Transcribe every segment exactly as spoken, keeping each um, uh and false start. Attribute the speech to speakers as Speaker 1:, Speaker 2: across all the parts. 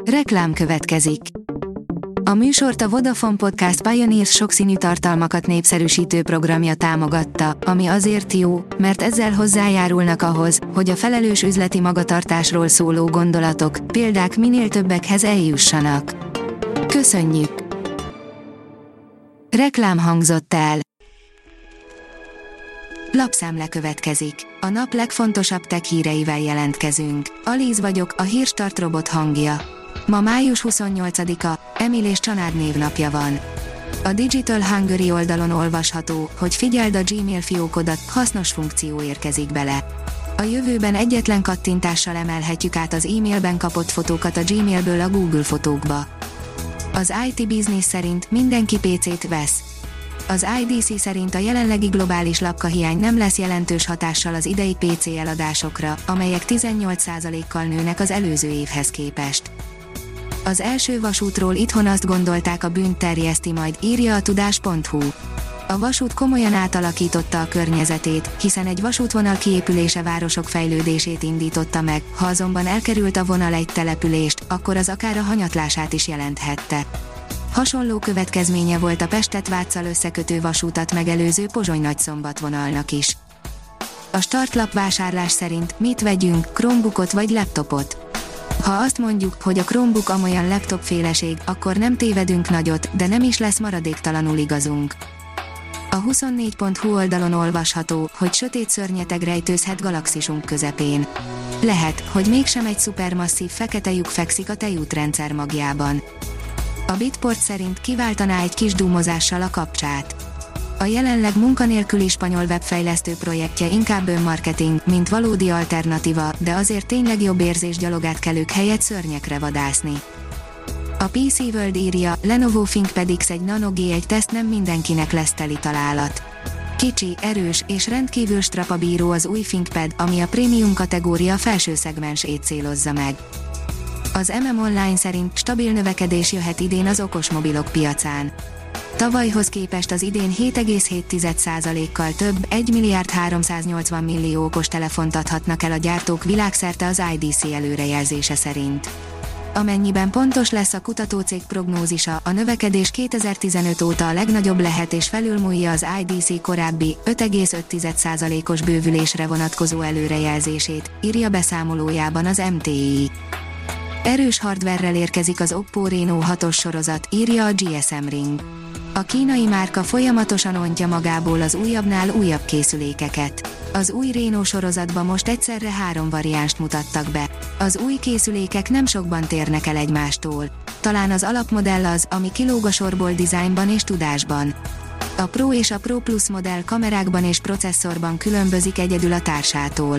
Speaker 1: Reklám következik. A műsort a Vodafone Podcast Pioneers sokszínű tartalmakat népszerűsítő programja támogatta, ami azért jó, mert ezzel hozzájárulnak ahhoz, hogy a felelős üzleti magatartásról szóló gondolatok, példák minél többekhez eljussanak. Köszönjük! Reklám hangzott el. Lapszemle következik. A nap legfontosabb tech híreivel jelentkezünk. Alíz vagyok, a Hírstart robot hangja. Ma május huszonnyolcadika, Emil és Csanád névnapja van. A Digital Hungary oldalon olvasható, hogy figyeld a Gmail fiókodat, hasznos funkció érkezik bele. A jövőben egyetlen kattintással emelhetjük át az e-mailben kapott fotókat a Gmailből a Google fotókba. Az i té Business szerint mindenki pé cét vesz. Az i dé cé szerint a jelenlegi globális lapkahiány nem lesz jelentős hatással az idei pé cé eladásokra, amelyek tizennyolc százalékkal nőnek az előző évhez képest. Az első vasútról itthon azt gondolták, a bűnt terjeszti majd, írja a tudás pont hu. A vasút komolyan átalakította a környezetét, hiszen egy vasútvonal kiépülése városok fejlődését indította meg, ha azonban elkerült a vonal egy települést, akkor az akár a hanyatlását is jelenthette. Hasonló következménye volt a Pestet Váccal összekötő vasútat megelőző Pozsony-Nagyszombat vonalnak is. A startlap vásárlás szerint mit vegyünk, Chromebookot vagy laptopot? Ha azt mondjuk, hogy a Chromebook amolyan laptop féleség, akkor nem tévedünk nagyot, de nem is lesz maradéktalanul igazunk. A huszonnégy pont hu oldalon olvasható, hogy sötét szörnyeteg rejtőzhet galaxisunk közepén. Lehet, hogy mégsem egy szupermasszív fekete lyuk fekszik a tejútrendszer magjában. A Bitport szerint kiváltaná egy kis dúmozással a kapcsát. A jelenleg munkanélküli spanyol webfejlesztő projektje inkább önmarketing, mint valódi alternatíva, de azért tényleg jobb érzés gyalogátkelők helyett szörnyekre vadászni. A pé cé World írja, Lenovo ThinkPad X egy Nano gé egy teszt nem mindenkinek lesz teli találat. Kicsi, erős és rendkívül strapabíró az új ThinkPad, ami a prémium kategória felső szegmensét célozza meg. Az em em Online szerint stabil növekedés jöhet idén az okosmobilok piacán. Tavalyhoz képest az idén hét egész hét százalékkal több, egy milliárd háromszáznyolcvan millió okostelefont adhatnak el a gyártók világszerte az i dé cé előrejelzése szerint. Amennyiben pontos lesz a kutatócég prognózisa, a növekedés kétezer-tizenöt óta a legnagyobb lehet és felülmúlja az i dé cé korábbi öt egész öt százalékos bővülésre vonatkozó előrejelzését, írja beszámolójában az em té i. Erős hardverrel érkezik az Oppo Reno hatos sorozat, írja a gé es em Ring. A kínai márka folyamatosan ontja magából az újabbnál újabb készülékeket. Az új Reno sorozatban most egyszerre három variánst mutattak be. Az új készülékek nem sokban térnek el egymástól. Talán az alapmodell az, ami kilóg a sorból dizájnban és tudásban. A Pro és a Pro Plus modell kamerákban és processzorban különbözik egyedül a társától.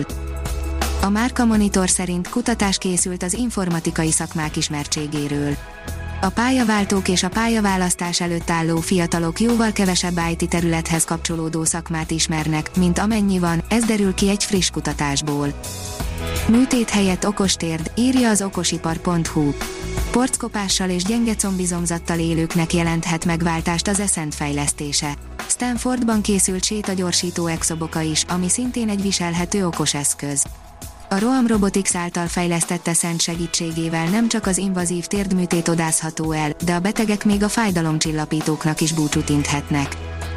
Speaker 1: A Márka Monitor szerint kutatás készült az informatikai szakmák ismertségéről. A pályaváltók és a pályaválasztás előtt álló fiatalok jóval kevesebb i té területhez kapcsolódó szakmát ismernek, mint amennyi van, ez derül ki egy friss kutatásból. Műtét helyett okostérd, írja az okosipar pont hu. Porckopással és gyenge combizomzattal élőknek jelenthet megváltást az Ascent fejlesztése. Stanfordban készült sétagyorsító exoboka is, ami szintén egy viselhető okos eszköz. A Roam Robotics által fejlesztett Ascent segítségével nem csak az invazív térdműtét odázható el, de a betegek még a fájdalomcsillapítóknak is búcsút inthetnek.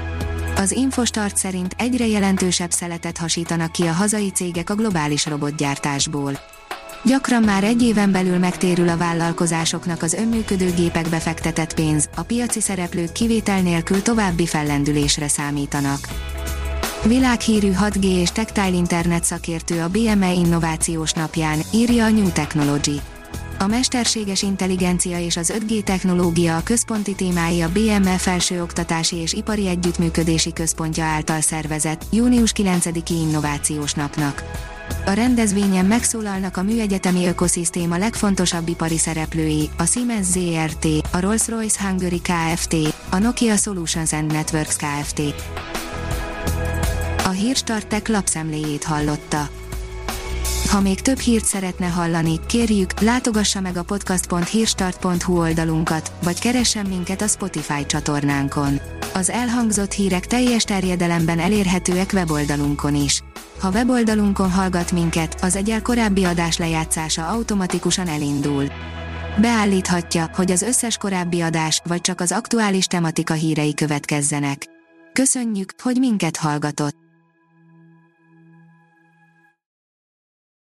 Speaker 1: Az Infostart szerint egyre jelentősebb szeletet hasítanak ki a hazai cégek a globális robotgyártásból. Gyakran már egy éven belül megtérül a vállalkozásoknak az önműködő gépekbe fektetett pénz, a piaci szereplők kivétel nélkül további fellendülésre számítanak. Világhírű hat gé és Tactile internet szakértő a bé em e innovációs napján, írja a New Technology. A mesterséges intelligencia és az öt gé technológia a központi témái a bé em e Felsőoktatási és Ipari Együttműködési Központja által szervezett, június kilencediki innovációs napnak. A rendezvényen megszólalnak a műegyetemi ökoszisztéma legfontosabb ipari szereplői, a Siemens zé er té, a Rolls-Royce Hungary Kft., a Nokia Solutions and Networks Kft. A Hírstart Tech lapszemléjét hallotta. Ha még több hírt szeretne hallani, kérjük, látogassa meg a podcast pont hírstart pont hu oldalunkat, vagy keressen minket a Spotify csatornánkon. Az elhangzott hírek teljes terjedelemben elérhetőek weboldalunkon is. Ha weboldalunkon hallgat minket, az egyel korábbi adás lejátszása automatikusan elindul. Beállíthatja, hogy az összes korábbi adás, vagy csak az aktuális tematika hírei következzenek. Köszönjük, hogy minket hallgatott!